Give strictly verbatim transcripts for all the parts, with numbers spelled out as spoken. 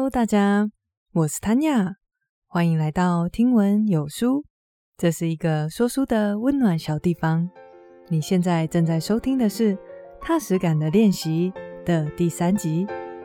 Hello， 大家，我是 Tanya， 欢迎来到听闻有书。这是一个说书的温暖小地方。你现在正在收听的是《踏实感的练习》的第三集。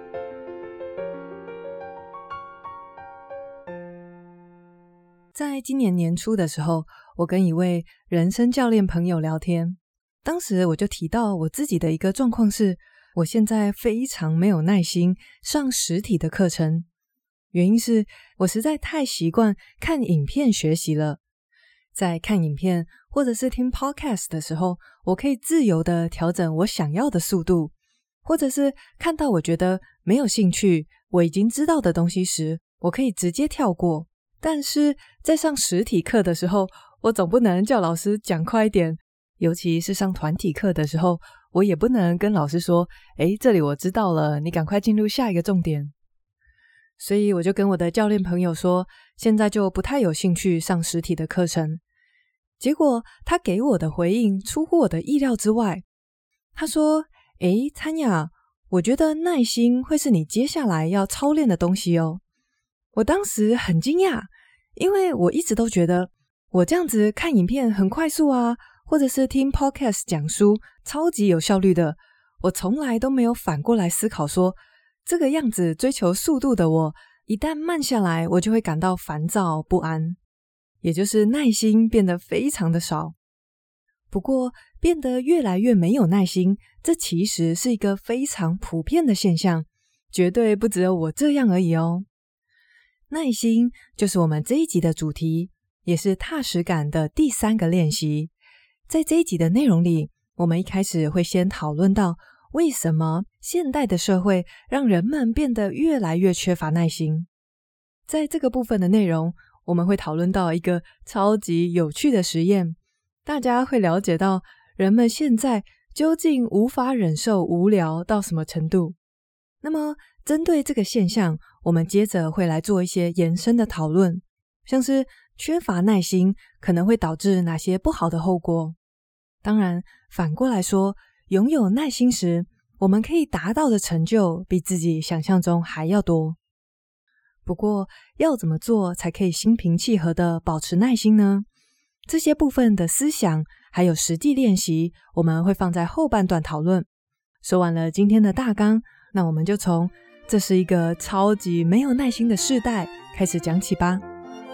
在今年年初的时候，我跟一位人生教练朋友聊天，当时我就提到我自己的一个状况是，我现在非常没有耐心上实体的课程，原因是我实在太习惯看影片学习了。在看影片或者是听 podcast 的时候，我可以自由的调整我想要的速度，或者是看到我觉得没有兴趣，我已经知道的东西时，我可以直接跳过。但是在上实体课的时候，我总不能叫老师讲快一点，尤其是上团体课的时候，我也不能跟老师说，诶，这里我知道了，你赶快进入下一个重点。所以我就跟我的教练朋友说，现在就不太有兴趣上实体的课程。结果他给我的回应出乎我的意料之外，他说，诶，参雅，我觉得耐心会是你接下来要操练的东西哦。我当时很惊讶，因为我一直都觉得我这样子看影片很快速啊，或者是听 podcast 讲书超级有效率的，我从来都没有反过来思考说，这个样子追求速度的我，一旦慢下来，我就会感到烦躁不安，也就是耐心变得非常的少。不过变得越来越没有耐心，这其实是一个非常普遍的现象，绝对不只有我这样而已哦。耐心就是我们这一集的主题，也是踏实感的第三个练习。在这一集的内容里，我们一开始会先讨论到为什么现代的社会让人们变得越来越缺乏耐心。在这个部分的内容，我们会讨论到一个超级有趣的实验，大家会了解到人们现在究竟无法忍受无聊到什么程度。那么针对这个现象，我们接着会来做一些延伸的讨论，像是缺乏耐心可能会导致哪些不好的后果。当然，反过来说，拥有耐心时，我们可以达到的成就比自己想象中还要多。不过，要怎么做才可以心平气和地保持耐心呢？这些部分的思想还有实际练习，我们会放在后半段讨论。说完了今天的大纲，那我们就从这是一个超级没有耐心的世代开始讲起吧。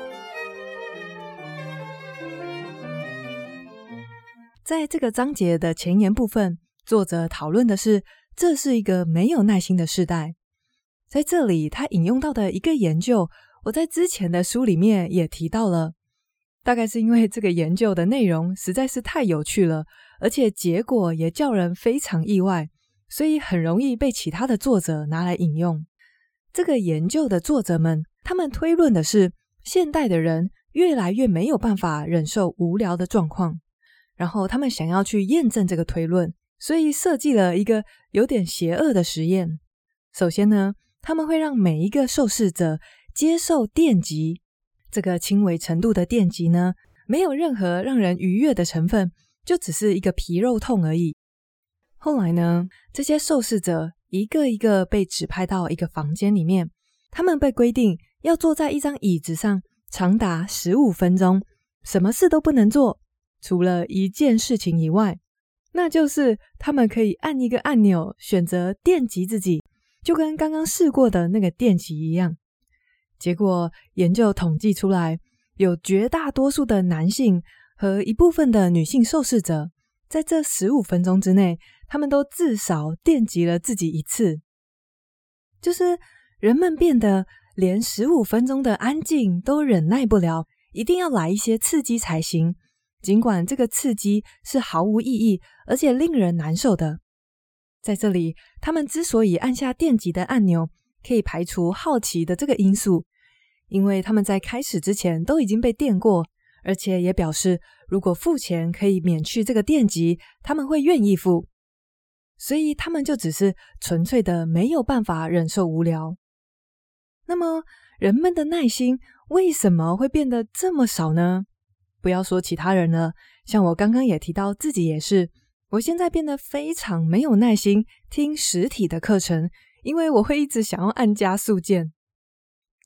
在这个章节的前言部分，作者讨论的是这是一个没有耐心的世代。在这里他引用到的一个研究，我在之前的书里面也提到了，大概是因为这个研究的内容实在是太有趣了，而且结果也叫人非常意外，所以很容易被其他的作者拿来引用。这个研究的作者们，他们推论的是现代的人越来越没有办法忍受无聊的状况，然后他们想要去验证这个推论，所以设计了一个有点邪恶的实验。首先呢，他们会让每一个受试者接受电击，这个轻微程度的电击呢，没有任何让人愉悦的成分，就只是一个皮肉痛而已。后来呢，这些受试者一个一个被指派到一个房间里面，他们被规定要坐在一张椅子上长达十五分钟，什么事都不能做，除了一件事情以外，那就是他们可以按一个按钮选择电击自己，就跟刚刚试过的那个电击一样。结果研究统计出来，有绝大多数的男性和一部分的女性受试者，在这十五分钟之内，他们都至少电击了自己一次。就是人们变得连十五分钟的安静都忍耐不了，一定要来一些刺激才行，尽管这个刺激是毫无意义而且令人难受的。在这里，他们之所以按下电击的按钮，可以排除好奇的这个因素，因为他们在开始之前都已经被电过，而且也表示如果付钱可以免去这个电击，他们会愿意付。所以他们就只是纯粹的没有办法忍受无聊。那么人们的耐心为什么会变得这么少呢？不要说其他人了，像我刚刚也提到自己也是，我现在变得非常没有耐心听实体的课程，因为我会一直想要按加速键。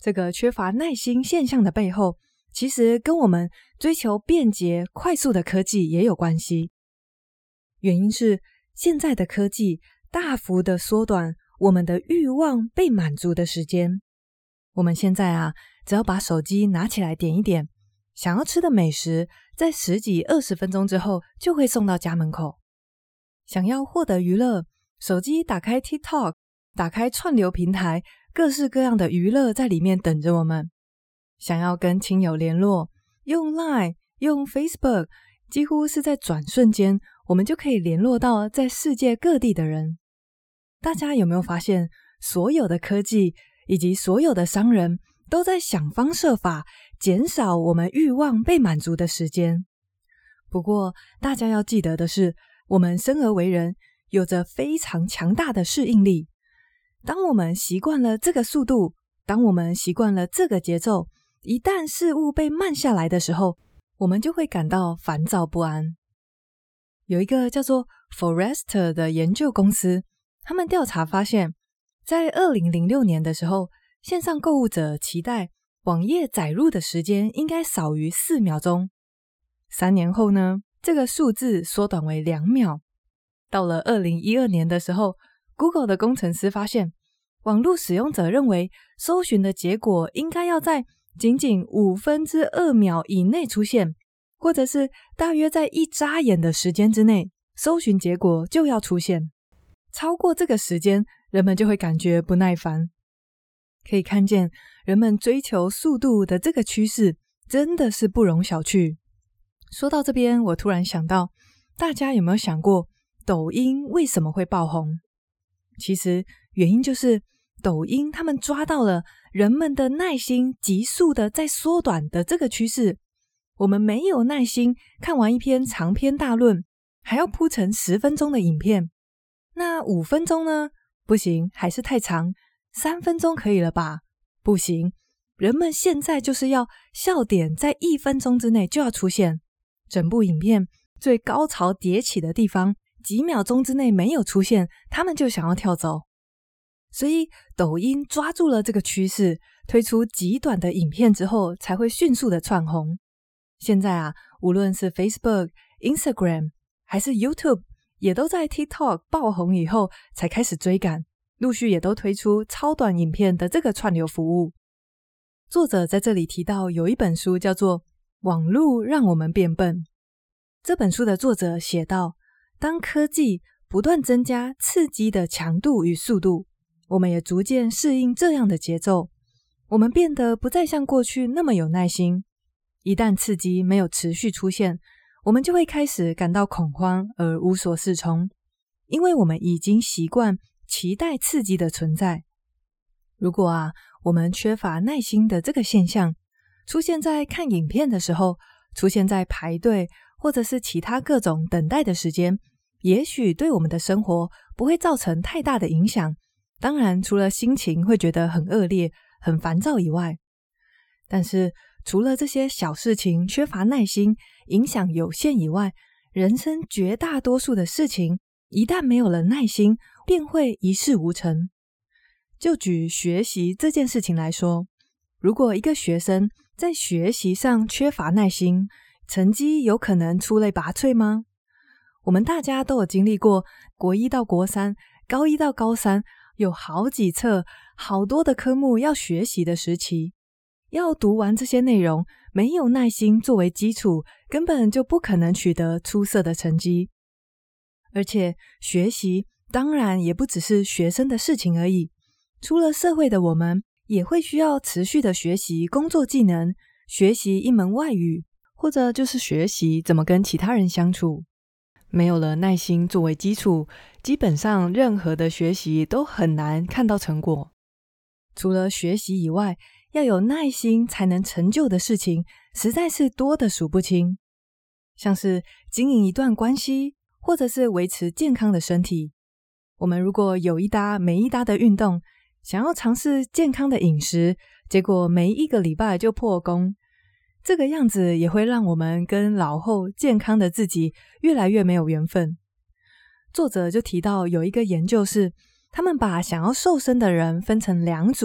这个缺乏耐心现象的背后，其实跟我们追求便捷快速的科技也有关系。原因是现在的科技大幅的缩短我们的欲望被满足的时间。我们现在啊，只要把手机拿起来点一点，想要吃的美食在十几二十分钟之后就会送到家门口。想要获得娱乐，手机打开 TikTok， 打开串流平台，各式各样的娱乐在里面等着我们。想要跟亲友联络，用 Line 用 Facebook， 几乎是在转瞬间我们就可以联络到在世界各地的人。大家有没有发现，所有的科技以及所有的商人都在想方设法减少我们欲望被满足的时间？不过大家要记得的是，我们生而为人有着非常强大的适应力。当我们习惯了这个速度，当我们习惯了这个节奏，一旦事物被慢下来的时候，我们就会感到烦躁不安。有一个叫做 Forrester 的研究公司，他们调查发现，在二零零六年的时候，线上购物者期待网页载入的时间应该少于四秒钟。三年后呢，这个数字缩短为两秒。到了二零一二年的时候， Google 的工程师发现，网络使用者认为搜寻的结果应该要在仅仅五分之二秒以内出现，或者是大约在一眨眼的时间之内，搜寻结果就要出现。超过这个时间，人们就会感觉不耐烦。可以看见，人们追求速度的这个趋势真的是不容小觑。说到这边，我突然想到，大家有没有想过抖音为什么会爆红？其实原因就是抖音他们抓到了人们的耐心急速的在缩短的这个趋势。我们没有耐心看完一篇长篇大论，还要铺成十分钟的影片。那五分钟呢？不行，还是太长。三分钟可以了吧？不行，人们现在就是要笑点在一分钟之内就要出现。整部影片最高潮迭起的地方，几秒钟之内没有出现，他们就想要跳走。所以抖音抓住了这个趋势，推出极短的影片之后，才会迅速的窜红。现在啊，无论是 Facebook、Instagram 还是 YouTube， 也都在 TikTok 爆红以后才开始追赶，陆续也都推出超短影片的这个串流服务。作者在这里提到有一本书叫做《网络让我们变笨》。这本书的作者写道，当科技不断增加刺激的强度与速度，我们也逐渐适应这样的节奏。我们变得不再像过去那么有耐心。一旦刺激没有持续出现，我们就会开始感到恐慌而无所适从，因为我们已经习惯期待刺激的存在。如果啊，我们缺乏耐心的这个现象出现在看影片的时候，出现在排队或者是其他各种等待的时间，也许对我们的生活不会造成太大的影响。当然，除了心情会觉得很恶劣、很烦躁以外，但是除了这些小事情缺乏耐心，影响有限以外，人生绝大多数的事情一旦没有了耐心，便会一事无成。就举学习这件事情来说，如果一个学生在学习上缺乏耐心，成绩有可能出类拔萃吗？我们大家都有经历过国一到国三、高一到高三，有好几册好多的科目要学习的时期。要读完这些内容，没有耐心作为基础，根本就不可能取得出色的成绩。而且学习当然也不只是学生的事情而已，出了社会的我们也会需要持续的学习工作技能，学习一门外语，或者就是学习怎么跟其他人相处。没有了耐心作为基础，基本上任何的学习都很难看到成果。除了学习以外，要有耐心才能成就的事情实在是多得数不清。像是经营一段关系，或者是维持健康的身体。我们如果有一搭没一搭的运动，想要尝试健康的饮食，结果没一个礼拜就破功，这个样子也会让我们跟老后健康的自己越来越没有缘分。作者就提到有一个研究是，他们把想要瘦身的人分成两组，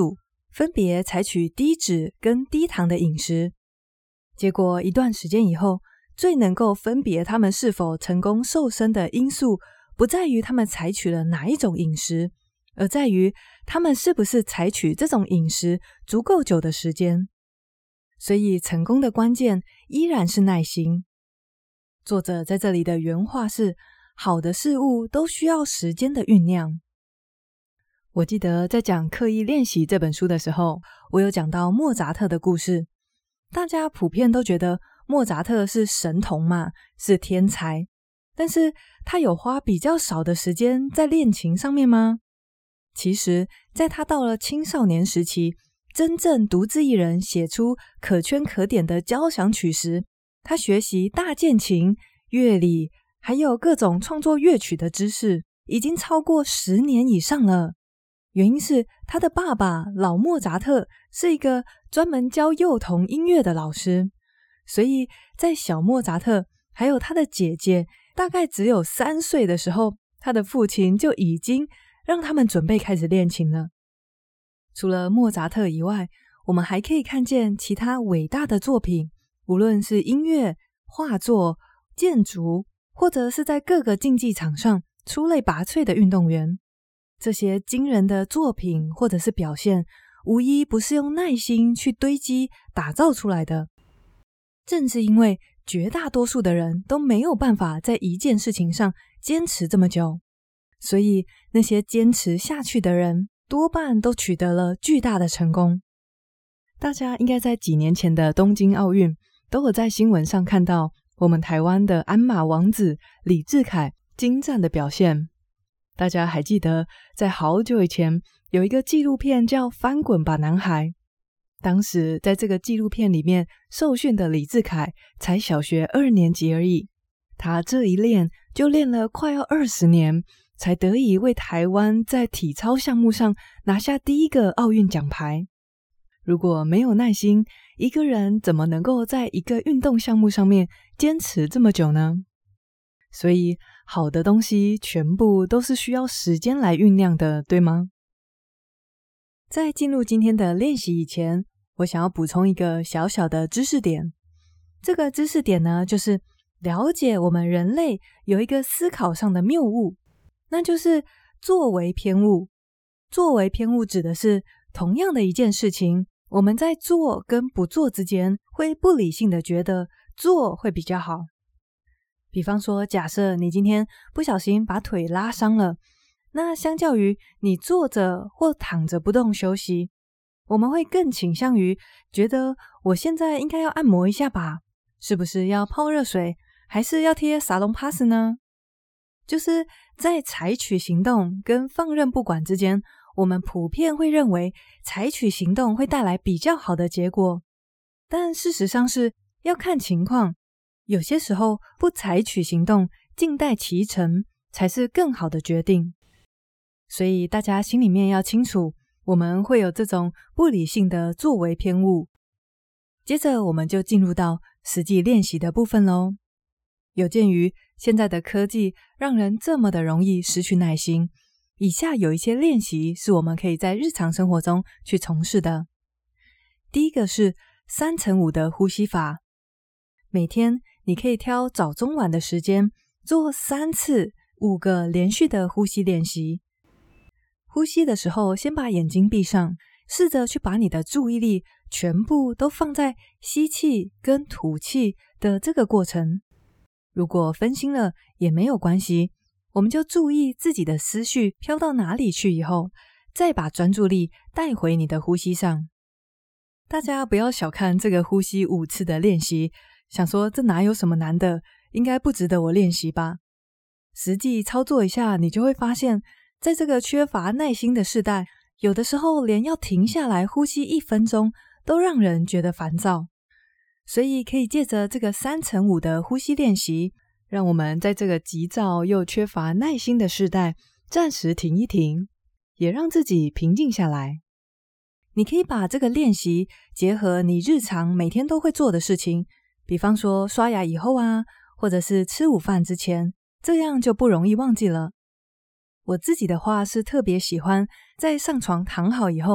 分别采取低脂跟低糖的饮食。结果一段时间以后，最能够分别他们是否成功瘦身的因素，不在于他们采取了哪一种饮食，而在于他们是不是采取这种饮食足够久的时间。所以成功的关键依然是耐心。作者在这里的原话是，好的事物都需要时间的酝酿。我记得在讲《刻意练习》这本书的时候，我有讲到莫扎特的故事。大家普遍都觉得莫扎特是神童嘛，是天才，但是他有花比较少的时间在练琴上面吗？其实在他到了青少年时期，真正独自一人写出可圈可点的交响曲时，他学习大键琴、乐理还有各种创作乐曲的知识已经超过十年以上了。原因是他的爸爸老莫扎特是一个专门教幼童音乐的老师，所以在小莫扎特还有他的姐姐大概只有三岁的时候，他的父亲就已经让他们准备开始练琴了。除了莫扎特以外，我们还可以看见其他伟大的作品，无论是音乐、画作、建筑，或者是在各个竞技场上出类拔萃的运动员。这些惊人的作品或者是表现，无一不是用耐心去堆积打造出来的。正是因为绝大多数的人都没有办法在一件事情上坚持这么久，所以那些坚持下去的人多半都取得了巨大的成功。大家应该在几年前的东京奥运都有在新闻上看到我们台湾的鞍马王子李智凯精湛的表现。大家还记得在好久以前有一个纪录片叫《翻滚吧男孩》，当时在这个纪录片里面受训的李智凯才小学二年级而已，他这一练就练了快要二十年，才得以为台湾在体操项目上拿下第一个奥运奖牌。如果没有耐心，一个人怎么能够在一个运动项目上面坚持这么久呢？所以好的东西全部都是需要时间来酝酿的，对吗？在进入今天的练习以前，我想要补充一个小小的知识点。这个知识点呢，就是了解我们人类有一个思考上的谬误，那就是作为偏误。作为偏误指的是同样的一件事情，我们在做跟不做之间会不理性的觉得做会比较好。比方说，假设你今天不小心把腿拉伤了，那相较于你坐着或躺着不动休息，我们会更倾向于觉得我现在应该要按摩一下吧，是不是要泡热水，还是要贴沙龙 pass 呢？就是在采取行动跟放任不管之间，我们普遍会认为采取行动会带来比较好的结果，但事实上是要看情况，有些时候不采取行动，静待其成才是更好的决定。所以大家心里面要清楚，我们会有这种不理性的作为偏误。接着我们就进入到实际练习的部分咯。有鉴于现在的科技让人这么的容易失去耐心，以下有一些练习是我们可以在日常生活中去从事的。第一个是三乘五的呼吸法。每天你可以挑早中晚的时间做三次五个连续的呼吸练习。呼吸的时候先把眼睛闭上，试着去把你的注意力全部都放在吸气跟吐气的这个过程。如果分心了也没有关系，我们就注意自己的思绪飘到哪里去以后，再把专注力带回你的呼吸上。大家不要小看这个呼吸五次的练习，想说这哪有什么难的，应该不值得我练习吧。实际操作一下，你就会发现，在这个缺乏耐心的世代，有的时候连要停下来呼吸一分钟都让人觉得烦躁。所以可以借着这个三乘五的呼吸练习，让我们在这个急躁又缺乏耐心的世代暂时停一停，也让自己平静下来。你可以把这个练习结合你日常每天都会做的事情，比方说刷牙以后啊，或者是吃午饭之前，这样就不容易忘记了。我自己的话是特别喜欢在上床躺好以后，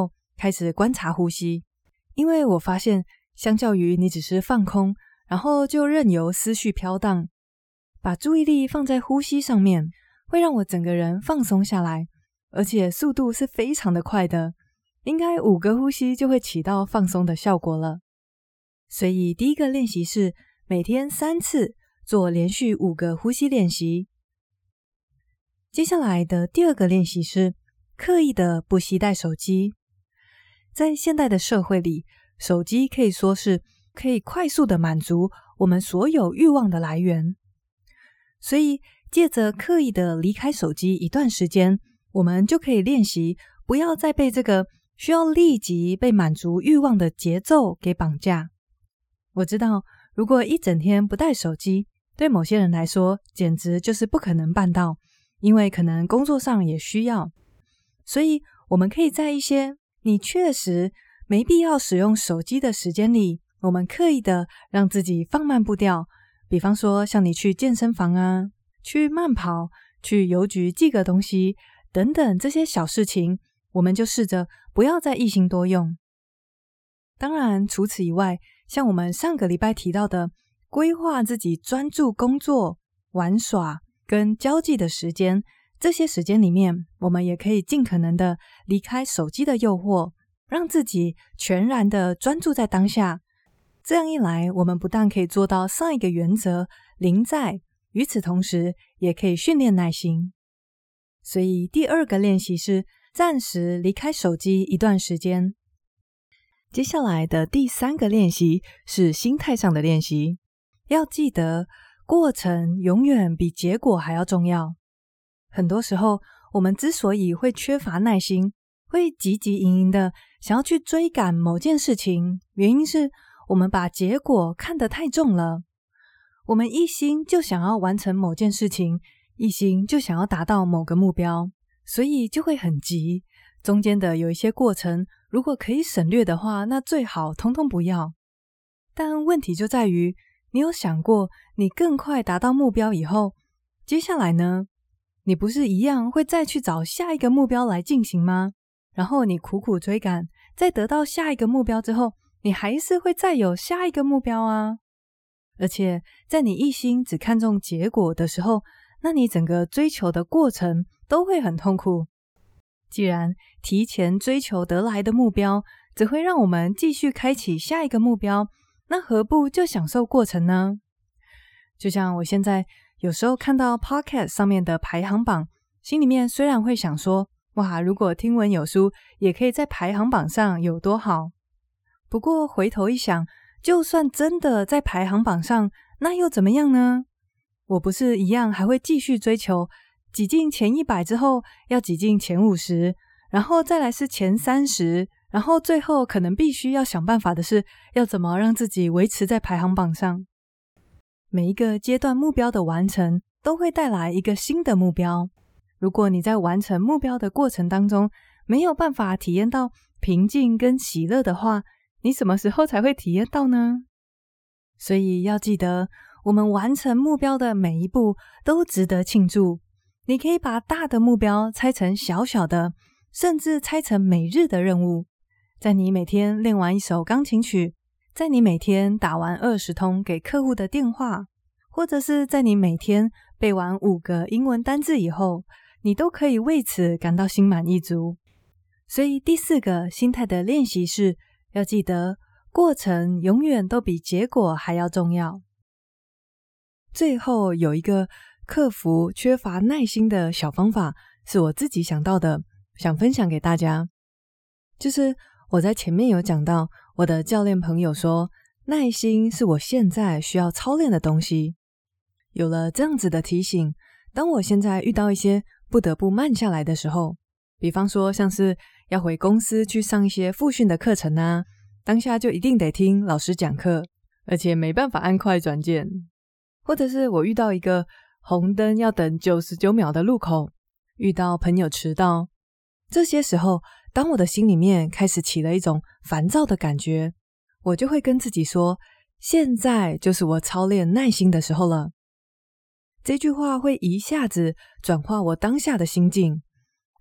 开始观察呼吸，因为我发现相较于你只是放空，然后就任由思绪飘荡，把注意力放在呼吸上面，会让我整个人放松下来，而且速度是非常的快的，应该五个呼吸就会起到放松的效果了。所以第一个练习是每天三次做连续五个呼吸练习。接下来的第二个练习是刻意的不携带手机。在现代的社会里，手机可以说是可以快速的满足我们所有欲望的来源。所以借着刻意的离开手机一段时间，我们就可以练习不要再被这个需要立即被满足欲望的节奏给绑架。我知道如果一整天不带手机，对某些人来说简直就是不可能办到，因为可能工作上也需要。所以我们可以在一些你确实没必要使用手机的时间里，我们刻意的让自己放慢步调，比方说像你去健身房啊，去慢跑，去邮局寄个东西等等，这些小事情我们就试着不要再一心多用。当然除此以外，像我们上个礼拜提到的规划自己专注工作、玩耍跟交际的时间，这些时间里面我们也可以尽可能的离开手机的诱惑，让自己全然的专注在当下。这样一来，我们不但可以做到上一个原则临在，与此同时也可以训练耐心。所以第二个练习是暂时离开手机一段时间。接下来的第三个练习是心态上的练习。要记得过程永远比结果还要重要。很多时候我们之所以会缺乏耐心，会汲汲营营的想要去追赶某件事情，原因是我们把结果看得太重了。我们一心就想要完成某件事情，一心就想要达到某个目标，所以就会很急。中间的有一些过程，如果可以省略的话，那最好通通不要。但问题就在于，你有想过你更快达到目标以后，接下来呢？你不是一样会再去找下一个目标来进行吗？然后你苦苦追赶，在得到下一个目标之后，你还是会再有下一个目标啊。而且在你一心只看重结果的时候，那你整个追求的过程都会很痛苦。既然提前追求得来的目标只会让我们继续开启下一个目标，那何不就享受过程呢？就像我现在有时候看到 Podcast 上面的排行榜，心里面虽然会想说，哇，如果听闻有书也可以在排行榜上有多好。不过回头一想，就算真的在排行榜上，那又怎么样呢？我不是一样还会继续追求挤进前一百之后要挤进前五十，然后再来是前三十，然后最后可能必须要想办法的是要怎么让自己维持在排行榜上。每一个阶段目标的完成都会带来一个新的目标。如果你在完成目标的过程当中没有办法体验到平静跟喜乐的话，你什么时候才会体验到呢？所以要记得，我们完成目标的每一步都值得庆祝。你可以把大的目标拆成小小的，甚至拆成每日的任务。在你每天练完一首钢琴曲，在你每天打完二十通给客户的电话，或者是在你每天背完五个英文单字以后，你都可以为此感到心满意足。所以第四个心态的练习是要记得，过程永远都比结果还要重要。最后有一个克服缺乏耐心的小方法，是我自己想到的，想分享给大家。就是我在前面有讲到，我的教练朋友说，耐心是我现在需要操练的东西。有了这样子的提醒，当我现在遇到一些不得不慢下来的时候，比方说像是要回公司去上一些复训的课程啊，当下就一定得听老师讲课，而且没办法按快转键。或者是我遇到一个红灯要等九十九秒的路口，遇到朋友迟到，这些时候当我的心里面开始起了一种烦躁的感觉，我就会跟自己说，现在就是我操练耐心的时候了。这句话会一下子转化我当下的心境，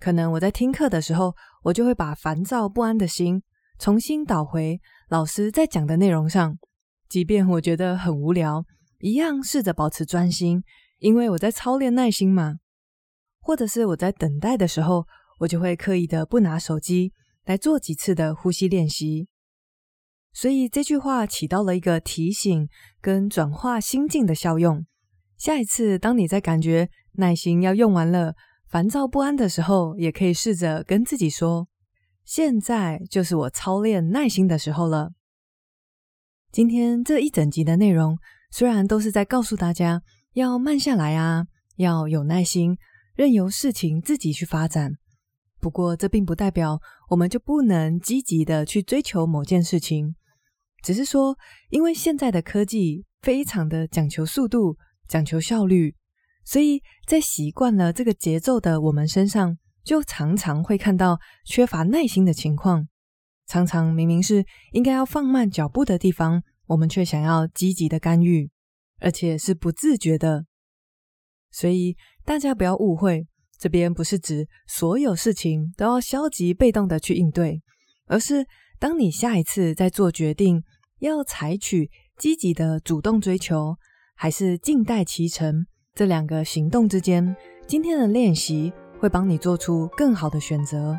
可能我在听课的时候，我就会把烦躁不安的心重新导回老师在讲的内容上，即便我觉得很无聊，一样试着保持专心，因为我在操练耐心嘛。或者是我在等待的时候，我就会刻意的不拿手机，来做几次的呼吸练习。所以这句话起到了一个提醒跟转化心境的效用。下一次当你在感觉耐心要用完了，烦躁不安的时候，也可以试着跟自己说，现在就是我操练耐心的时候了。今天这一整集的内容，虽然都是在告诉大家要慢下来啊，要有耐心，任由事情自己去发展。不过这并不代表我们就不能积极的去追求某件事情，只是说因为现在的科技非常的讲求速度，讲求效率，所以在习惯了这个节奏的我们身上，就常常会看到缺乏耐心的情况。常常明明是应该要放慢脚步的地方，我们却想要积极的干预，而且是不自觉的。所以大家不要误会，这边不是指所有事情都要消极被动的去应对，而是当你下一次在做决定，要采取积极的主动追求，还是静待其成，这两个行动之间，今天的练习会帮你做出更好的选择。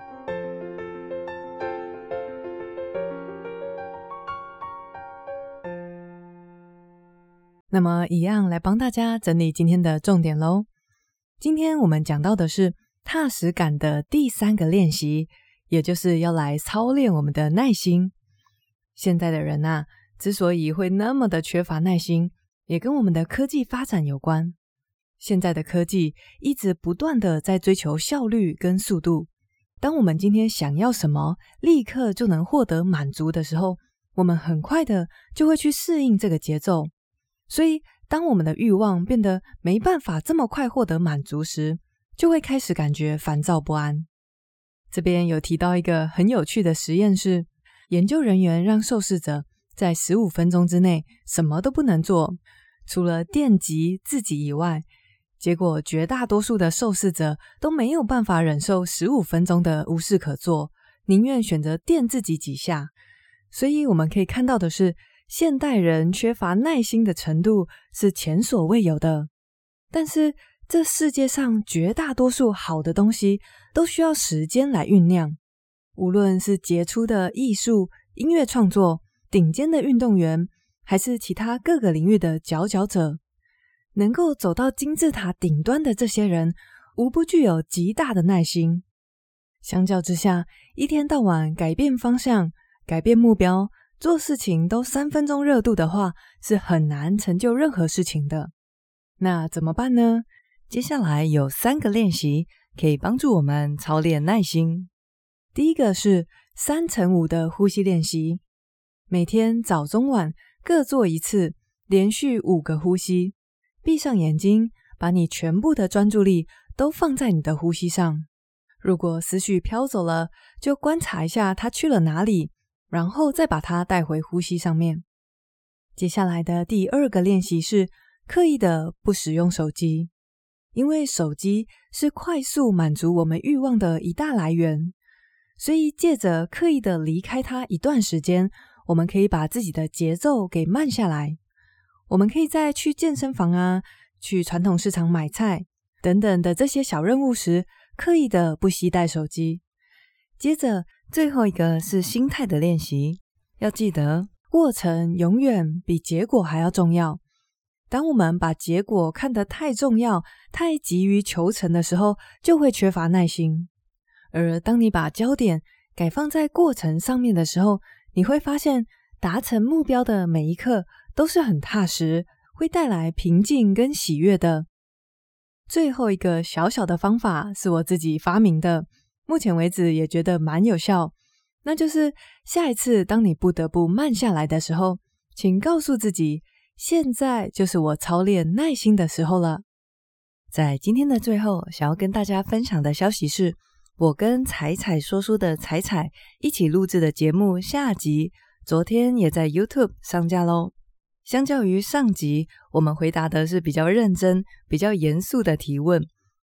那么一样来帮大家整理今天的重点咯。今天我们讲到的是踏实感的第三个练习，也就是要来操练我们的耐心。现在的人啊，之所以会那么的缺乏耐心，也跟我们的科技发展有关。现在的科技一直不断的在追求效率跟速度，当我们今天想要什么，立刻就能获得满足的时候，我们很快的就会去适应这个节奏。所以当我们的欲望变得没办法这么快获得满足时，就会开始感觉烦躁不安。这边有提到一个很有趣的实验是，研究人员让受试者在十五分钟之内什么都不能做，除了电击自己以外，结果绝大多数的受试者都没有办法忍受十五分钟的无事可做，宁愿选择电自己几下。所以我们可以看到的是，现代人缺乏耐心的程度是前所未有的。但是这世界上绝大多数好的东西都需要时间来酝酿，无论是杰出的艺术、音乐创作、顶尖的运动员，还是其他各个领域的佼佼者，能够走到金字塔顶端的这些人，无不具有极大的耐心。相较之下，一天到晚改变方向、改变目标，做事情都三分钟热度的话，是很难成就任何事情的。那怎么办呢？接下来有三个练习可以帮助我们操练耐心。第一个是三乘五的呼吸练习，每天早中晚各做一次，连续五个呼吸。闭上眼睛，把你全部的专注力都放在你的呼吸上。如果思绪飘走了，就观察一下它去了哪里，然后再把它带回呼吸上面。接下来的第二个练习是刻意的不使用手机，因为手机是快速满足我们欲望的一大来源，所以借着刻意的离开它一段时间，我们可以把自己的节奏给慢下来。我们可以在去健身房啊，去传统市场买菜等等的这些小任务时，刻意的不携带手机。接着最后一个是心态的练习，要记得过程永远比结果还要重要。当我们把结果看得太重要，太急于求成的时候，就会缺乏耐心。而当你把焦点改放在过程上面的时候，你会发现达成目标的每一刻都是很踏实，会带来平静跟喜悦的。最后一个小小的方法是我自己发明的，目前为止也觉得蛮有效，那就是下一次当你不得不慢下来的时候，请告诉自己，现在就是我操练耐心的时候了。在今天的最后，想要跟大家分享的消息是，我跟彩彩说书的彩彩一起录制的节目下集，昨天也在 YouTube 上架咯。相较于上集，我们回答的是比较认真、比较严肃的提问。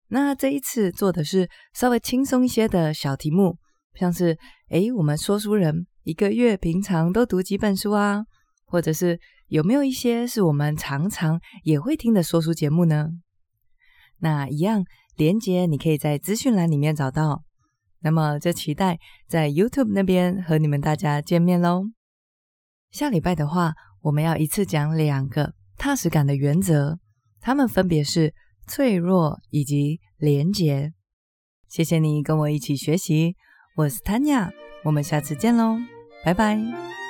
那这一次做的是稍微轻松一些的小题目，像是诶我们说书人一个月平常都读几本书啊，或者是有没有一些是我们常常也会听的说书节目呢？那一样连结你可以在资讯栏里面找到，那么就期待在 YouTube 那边和你们大家见面咯。下礼拜的话，我们要一次讲两个踏实感的原则，它们分别是脆弱以及连结。谢谢你跟我一起学习，我是 Tanya， 我们下次见咯，拜拜。